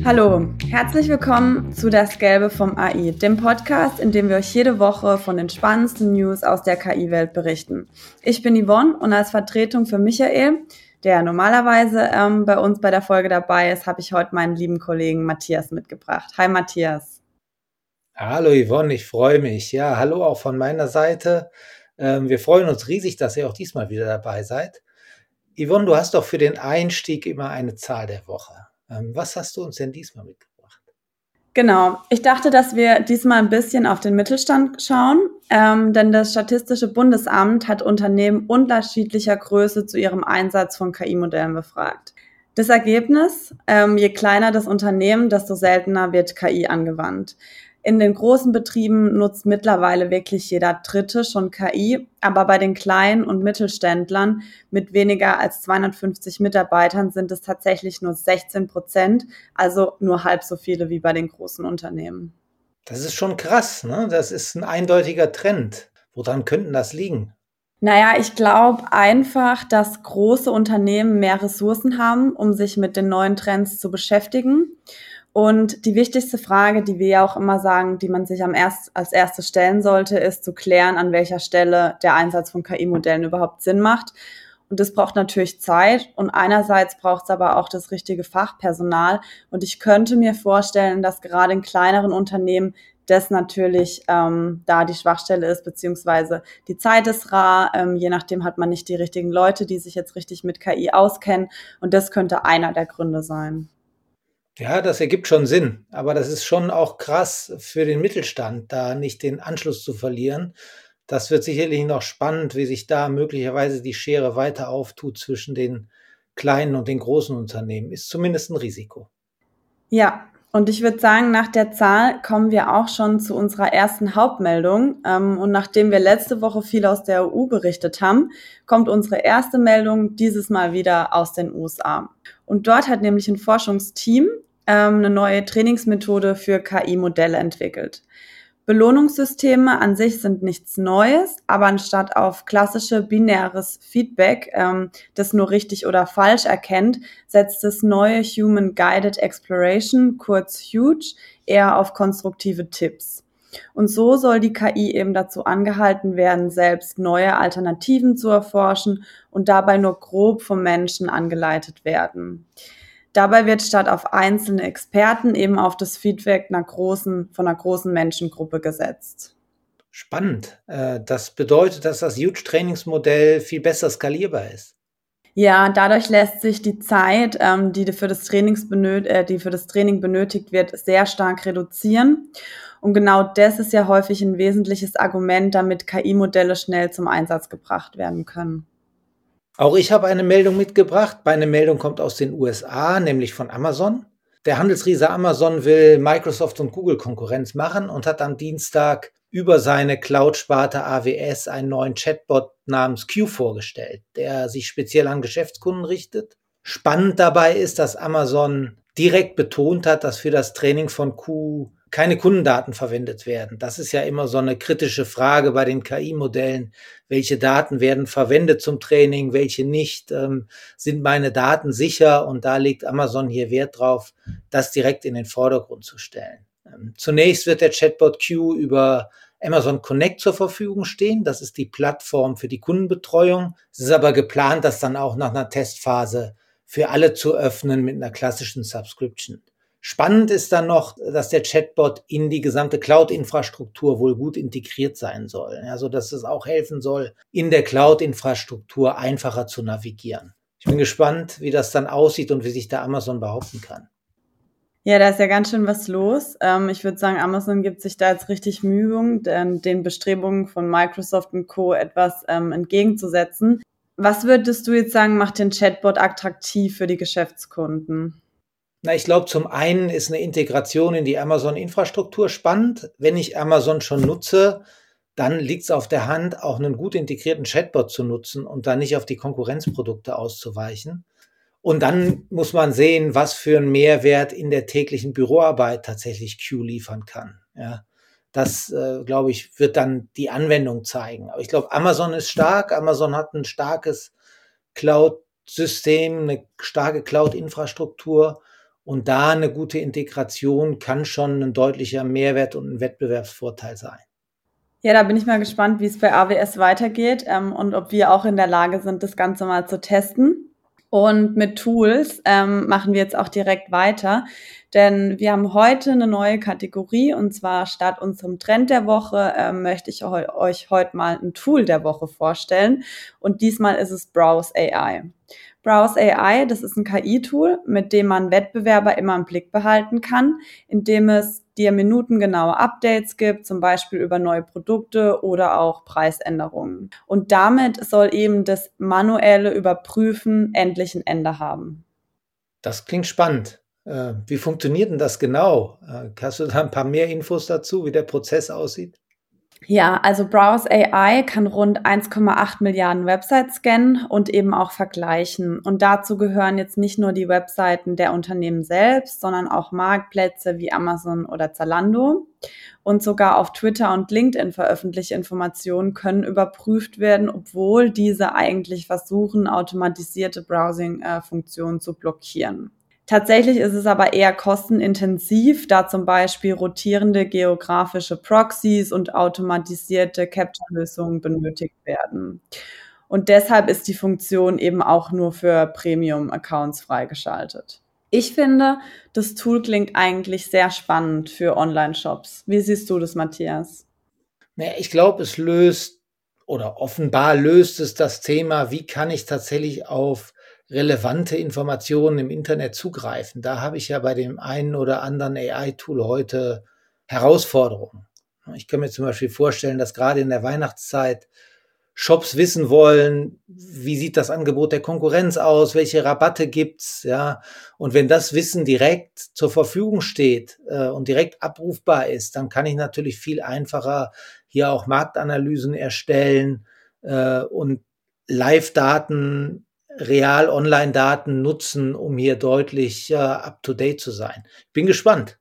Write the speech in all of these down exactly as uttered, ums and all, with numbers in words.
Hallo, herzlich willkommen zu Das Gelbe vom A I, dem Podcast, in dem wir euch jede Woche von den spannendsten News aus der K I-Welt berichten. Ich bin Yvonne und als Vertretung für Michael, der normalerweise ähm, bei uns bei der Folge dabei ist, habe ich heute meinen lieben Kollegen Matthias mitgebracht. Hi Matthias. Hallo Yvonne, ich freue mich. Ja, hallo auch von meiner Seite. Ähm, wir freuen uns riesig, dass ihr auch diesmal wieder dabei seid. Yvonne, du hast doch für den Einstieg immer eine Zahl der Woche. Ähm, was hast du uns denn diesmal mitgebracht? Genau, ich dachte, dass wir diesmal ein bisschen auf den Mittelstand schauen, ähm, denn das Statistische Bundesamt hat Unternehmen unterschiedlicher Größe zu ihrem Einsatz von K I-Modellen befragt. Das Ergebnis, ähm, je kleiner das Unternehmen, desto seltener wird K I angewandt. In den großen Betrieben nutzt mittlerweile wirklich jeder Dritte schon K I, aber bei den kleinen und Mittelständlern mit weniger als zweihundertfünfzig Mitarbeitern sind es tatsächlich nur sechzehn Prozent, also nur halb so viele wie bei den großen Unternehmen. Das ist schon krass, ne? Das ist ein eindeutiger Trend. Woran könnten das liegen? Naja, ich glaube einfach, dass große Unternehmen mehr Ressourcen haben, um sich mit den neuen Trends zu beschäftigen. Und die wichtigste Frage, die wir ja auch immer sagen, die man sich am erst, als erstes stellen sollte, ist zu klären, an welcher Stelle der Einsatz von K I-Modellen überhaupt Sinn macht. Und das braucht natürlich Zeit und einerseits braucht es aber auch das richtige Fachpersonal. Und ich könnte mir vorstellen, dass gerade in kleineren Unternehmen das natürlich ähm, da die Schwachstelle ist, beziehungsweise die Zeit ist rar. Ähm, je nachdem hat man nicht die richtigen Leute, die sich jetzt richtig mit K I auskennen. Und das könnte einer der Gründe sein. Ja, das ergibt schon Sinn, aber das ist schon auch krass für den Mittelstand, da nicht den Anschluss zu verlieren. Das wird sicherlich noch spannend, wie sich da möglicherweise die Schere weiter auftut zwischen den kleinen und den großen Unternehmen. Ist zumindest ein Risiko. Ja, und ich würde sagen, nach der Zahl kommen wir auch schon zu unserer ersten Hauptmeldung. Ähm, und nachdem wir letzte Woche viel aus der E U berichtet haben, kommt unsere erste Meldung dieses Mal wieder aus den U S A. Und dort hat nämlich ein Forschungsteam ähm, eine neue Trainingsmethode für K I-Modelle entwickelt. Belohnungssysteme an sich sind nichts Neues, aber anstatt auf klassische binäres Feedback, ähm, das nur richtig oder falsch erkennt, setzt das neue Human Guided Exploration, kurz HUGE, eher auf konstruktive Tipps. Und so soll die K I eben dazu angehalten werden, selbst neue Alternativen zu erforschen und dabei nur grob vom Menschen angeleitet werden. Dabei wird statt auf einzelne Experten eben auf das Feedback einer großen, von einer großen Menschengruppe gesetzt. Spannend. Äh, Das bedeutet, dass das Huge-Trainingsmodell viel besser skalierbar ist. Ja, dadurch lässt sich die Zeit, ähm, die für das Trainings benöt- äh, die für das Training benötigt wird, sehr stark reduzieren. Und genau das ist ja häufig ein wesentliches Argument, damit K I-Modelle schnell zum Einsatz gebracht werden können. Auch ich habe eine Meldung mitgebracht. Meine Meldung kommt aus den U S A, nämlich von Amazon. Der Handelsriese Amazon will Microsoft und Google Konkurrenz machen und hat am Dienstag über seine Cloud-Sparte A W S einen neuen Chatbot namens Q vorgestellt, der sich speziell an Geschäftskunden richtet. Spannend dabei ist, dass Amazon direkt betont hat, dass für das Training von Q keine Kundendaten verwendet werden. Das ist ja immer so eine kritische Frage bei den K I-Modellen. Welche Daten werden verwendet zum Training, welche nicht? Ähm, sind meine Daten sicher? Und da legt Amazon hier Wert drauf, das direkt in den Vordergrund zu stellen. Ähm, zunächst wird der Chatbot Q über Amazon Connect zur Verfügung stehen. Das ist die Plattform für die Kundenbetreuung. Es ist aber geplant, das dann auch nach einer Testphase für alle zu öffnen mit einer klassischen Subscription. Spannend ist dann noch, dass der Chatbot in die gesamte Cloud-Infrastruktur wohl gut integriert sein soll. Also, dass es auch helfen soll, in der Cloud-Infrastruktur einfacher zu navigieren. Ich bin gespannt, wie das dann aussieht und wie sich da Amazon behaupten kann. Ja, da ist ja ganz schön was los. Ähm, ich würde sagen, Amazon gibt sich da jetzt richtig Mühe, den, den Bestrebungen von Microsoft und Co. etwas ähm, entgegenzusetzen. Was würdest du jetzt sagen, macht den Chatbot attraktiv für die Geschäftskunden? Na, ich glaube, zum einen ist eine Integration in die Amazon-Infrastruktur spannend. Wenn ich Amazon schon nutze, dann liegt es auf der Hand, auch einen gut integrierten Chatbot zu nutzen und dann nicht auf die Konkurrenzprodukte auszuweichen. Und dann muss man sehen, was für einen Mehrwert in der täglichen Büroarbeit tatsächlich Q liefern kann. Ja, das, äh, glaube ich, wird dann die Anwendung zeigen. Aber ich glaube, Amazon ist stark. Amazon hat ein starkes Cloud-System, eine starke Cloud-Infrastruktur. Und da eine gute Integration kann schon ein deutlicher Mehrwert und ein Wettbewerbsvorteil sein. Ja, da bin ich mal gespannt, wie es bei A W S weitergeht ähm, und ob wir auch in der Lage sind, das Ganze mal zu testen. Und mit Tools ähm, machen wir jetzt auch direkt weiter, denn wir haben heute eine neue Kategorie und zwar statt unserem Trend der Woche ähm, möchte ich eu- euch heute mal ein Tool der Woche vorstellen und diesmal ist es Browse A I. Browse A I, das ist ein K I-Tool, mit dem man Wettbewerber immer im Blick behalten kann, indem es dir minutengenaue Updates gibt, zum Beispiel über neue Produkte oder auch Preisänderungen. Und damit soll eben das manuelle Überprüfen endlich ein Ende haben. Das klingt spannend. Äh, Wie funktioniert denn das genau? Äh, Hast du da ein paar mehr Infos dazu, wie der Prozess aussieht? Ja, also Browse A I kann rund eins Komma acht Milliarden Websites scannen und eben auch vergleichen. Und dazu gehören jetzt nicht nur die Webseiten der Unternehmen selbst, sondern auch Marktplätze wie Amazon oder Zalando. Und sogar auf Twitter und LinkedIn veröffentlichte Informationen können überprüft werden, obwohl diese eigentlich versuchen, automatisierte Browsing-Funktionen zu blockieren. Tatsächlich ist es aber eher kostenintensiv, da zum Beispiel rotierende geografische Proxys und automatisierte Capture-Lösungen benötigt werden. Und deshalb ist die Funktion eben auch nur für Premium-Accounts freigeschaltet. Ich finde, das Tool klingt eigentlich sehr spannend für Online-Shops. Wie siehst du das, Matthias? Naja, ich glaube, es löst oder offenbar löst es das Thema, wie kann ich tatsächlich auf relevante Informationen im Internet zugreifen. Da habe ich ja bei dem einen oder anderen A I-Tool heute Herausforderungen. Ich kann mir zum Beispiel vorstellen, dass gerade in der Weihnachtszeit Shops wissen wollen, wie sieht das Angebot der Konkurrenz aus, welche Rabatte gibt's, ja. Und wenn das Wissen direkt zur Verfügung steht äh, und direkt abrufbar ist, dann kann ich natürlich viel einfacher hier auch Marktanalysen erstellen äh, und Live-Daten, Real-Online-Daten nutzen, um hier deutlich äh, up-to-date zu sein. Bin gespannt.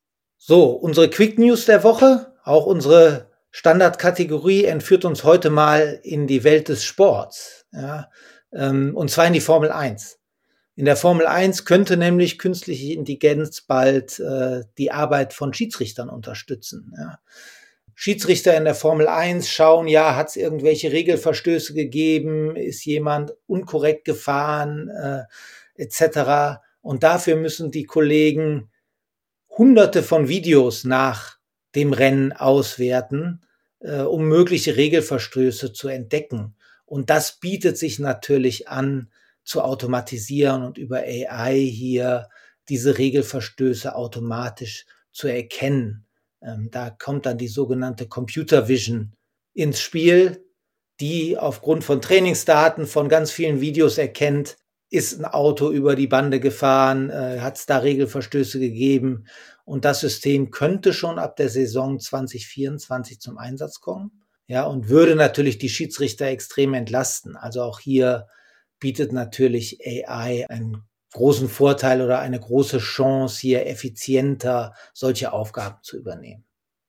So, unsere Quick News der Woche, auch unsere Standardkategorie, entführt uns heute mal in die Welt des Sports, ja, ähm, und zwar in die Formel eins. In der Formel eins könnte nämlich künstliche Intelligenz bald äh, die Arbeit von Schiedsrichtern unterstützen. Ja. Schiedsrichter in der Formel eins schauen, ja, hat es irgendwelche Regelverstöße gegeben, ist jemand unkorrekt gefahren, äh, et cetera. Und dafür müssen die Kollegen Hunderte von Videos nach dem Rennen auswerten, äh, um mögliche Regelverstöße zu entdecken. Und das bietet sich natürlich an, zu automatisieren und über A I hier diese Regelverstöße automatisch zu erkennen. Ähm, da kommt dann die sogenannte Computer Vision ins Spiel, die aufgrund von Trainingsdaten von ganz vielen Videos erkennt, ist ein Auto über die Bande gefahren, äh, hat es da Regelverstöße gegeben. Und das System könnte schon ab der Saison zwanzig vierundzwanzig zum Einsatz kommen. Ja, und würde natürlich die Schiedsrichter extrem entlasten. Also auch hier bietet natürlich A I einen großen Vorteil oder eine große Chance, hier effizienter solche Aufgaben zu übernehmen.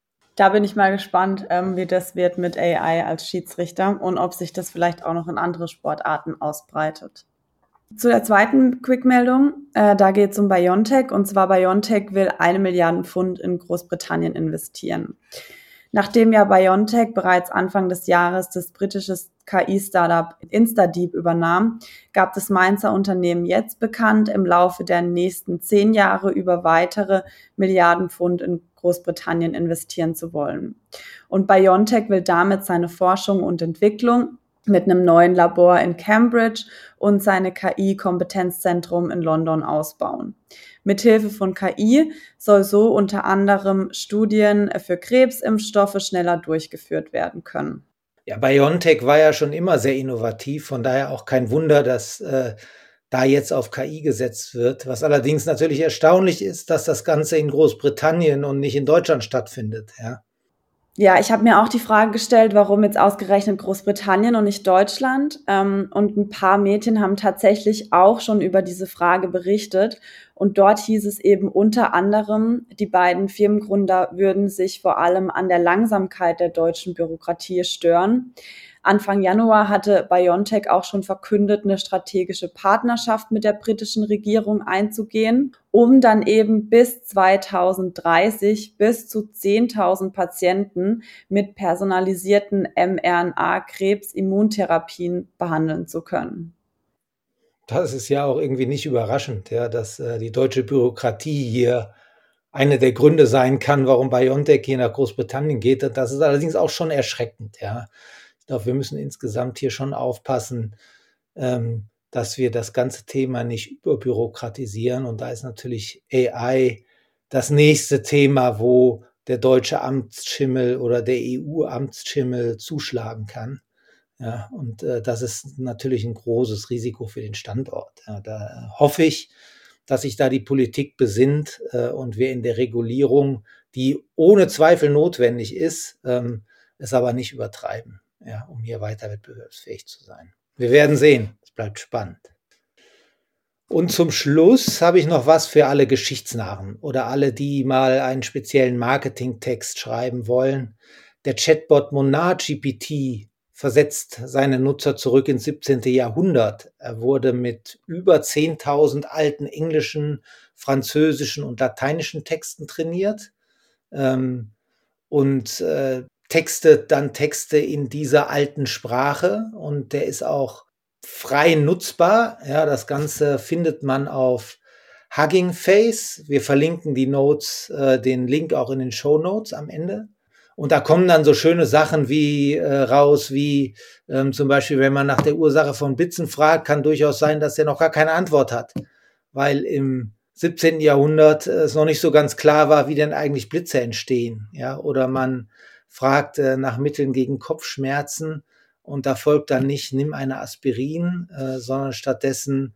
Da bin ich mal gespannt, ähm, wie das wird mit A I als Schiedsrichter und ob sich das vielleicht auch noch in andere Sportarten ausbreitet. Zu der zweiten Quickmeldung, äh, da geht es um BioNTech und zwar BioNTech will eine Milliarde Pfund in Großbritannien investieren. Nachdem ja BioNTech bereits Anfang des Jahres das britische K I-Startup Instadeep übernahm, gab das Mainzer Unternehmen jetzt bekannt, im Laufe der nächsten zehn Jahre über weitere Milliarden Pfund in Großbritannien investieren zu wollen. Und BioNTech will damit seine Forschung und Entwicklung mit einem neuen Labor in Cambridge und seine K I-Kompetenzzentrum in London ausbauen. Mithilfe von K I soll so unter anderem Studien für Krebsimpfstoffe schneller durchgeführt werden können. Ja, BioNTech war ja schon immer sehr innovativ, von daher auch kein Wunder, dass äh, da jetzt auf K I gesetzt wird. Was allerdings natürlich erstaunlich ist, dass das Ganze in Großbritannien und nicht in Deutschland stattfindet. Ja. Ja, ich habe mir auch die Frage gestellt, warum jetzt ausgerechnet Großbritannien und nicht Deutschland. Ähm, und ein paar Medien haben tatsächlich auch schon über diese Frage berichtet. Und dort hieß es eben unter anderem, die beiden Firmengründer würden sich vor allem an der Langsamkeit der deutschen Bürokratie stören. Anfang Januar hatte BioNTech auch schon verkündet, eine strategische Partnerschaft mit der britischen Regierung einzugehen, um dann eben bis zweitausenddreißig bis zu zehntausend Patienten mit personalisierten mRNA-Krebs-Immuntherapien behandeln zu können. Das ist ja auch irgendwie nicht überraschend, ja, dass äh, die deutsche Bürokratie hier eine der Gründe sein kann, warum BioNTech hier nach Großbritannien geht. Das ist allerdings auch schon erschreckend, ja. Ich glaube, wir müssen insgesamt hier schon aufpassen, ähm, dass wir das ganze Thema nicht überbürokratisieren. Und da ist natürlich A I das nächste Thema, wo der deutsche Amtsschimmel oder der E U-Amtsschimmel zuschlagen kann. Ja, und äh, das ist natürlich ein großes Risiko für den Standort. Ja, da hoffe ich, dass sich da die Politik besinnt äh, und wir in der Regulierung, die ohne Zweifel notwendig ist, ähm, es aber nicht übertreiben, ja, um hier weiter wettbewerbsfähig zu sein. Wir werden sehen. Es bleibt spannend. Und zum Schluss habe ich noch was für alle Geschichtsnarren oder alle, die mal einen speziellen Marketingtext schreiben wollen. Der Chatbot MonarGPT versetzt seine Nutzer zurück ins siebzehnten Jahrhundert. Er wurde mit über zehntausend alten englischen, französischen und lateinischen Texten trainiert ähm, und äh, textet dann Texte in dieser alten Sprache. Und der ist auch frei nutzbar. Ja, das Ganze findet man auf Hugging Face. Wir verlinken die Notes, äh, den Link auch in den Shownotes am Ende. Und da kommen dann so schöne Sachen wie äh, raus, wie ähm, zum Beispiel, wenn man nach der Ursache von Blitzen fragt, kann durchaus sein, dass er noch gar keine Antwort hat, weil im siebzehnten Jahrhundert äh, es noch nicht so ganz klar war, wie denn eigentlich Blitze entstehen. Ja, oder man fragt äh, nach Mitteln gegen Kopfschmerzen und da folgt dann nicht, nimm eine Aspirin, äh, sondern stattdessen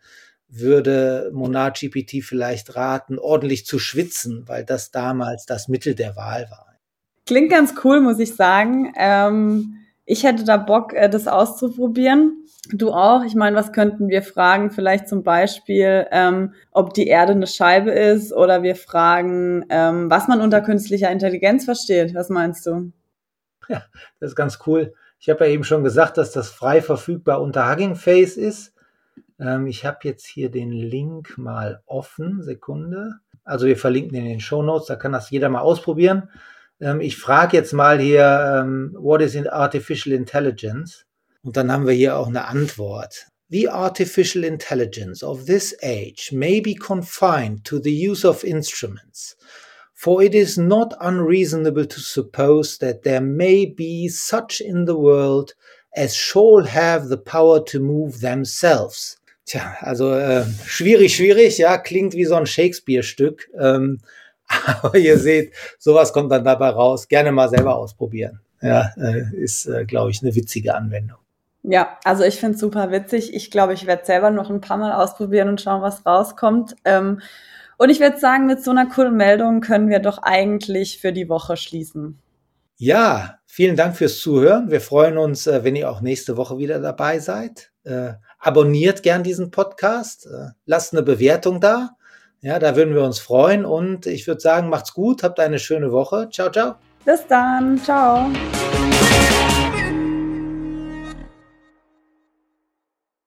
würde MonarGPT vielleicht raten, ordentlich zu schwitzen, weil das damals das Mittel der Wahl war. Klingt ganz cool, muss ich sagen. Ähm, ich hätte da Bock, äh, das auszuprobieren. Du auch? Ich meine, was könnten wir fragen? Vielleicht zum Beispiel, ähm, ob die Erde eine Scheibe ist, oder wir fragen, ähm, was man unter künstlicher Intelligenz versteht. Was meinst du? Ja, das ist ganz cool. Ich habe ja eben schon gesagt, dass das frei verfügbar unter Hugging Face ist. Ähm, ich habe jetzt hier den Link mal offen. Sekunde. Also wir verlinken in den Shownotes, da kann das jeder mal ausprobieren. Ähm, ich frage jetzt mal hier, ähm, what is artificial intelligence? Und dann haben wir hier auch eine Antwort. The artificial intelligence of this age may be confined to the use of instruments, for it is not unreasonable to suppose that there may be such in the world as shall have the power to move themselves. Tja, also äh, schwierig, schwierig, ja, klingt wie so ein Shakespeare-Stück. Ähm, aber ihr seht, sowas kommt dann dabei raus. Gerne mal selber ausprobieren. Ja, äh, ist, äh, glaube ich, eine witzige Anwendung. Ja, also ich finde es super witzig. Ich glaube, ich werde selber noch ein paar Mal ausprobieren und schauen, was rauskommt. Ähm, und ich würde sagen, mit so einer coolen Meldung können wir doch eigentlich für die Woche schließen. Ja, vielen Dank fürs Zuhören. Wir freuen uns, äh, wenn ihr auch nächste Woche wieder dabei seid. Äh, abonniert gern diesen Podcast. Äh, lasst eine Bewertung da. Ja, da würden wir uns freuen. Und ich würde sagen, macht's gut. Habt eine schöne Woche. Ciao, ciao. Bis dann. Ciao.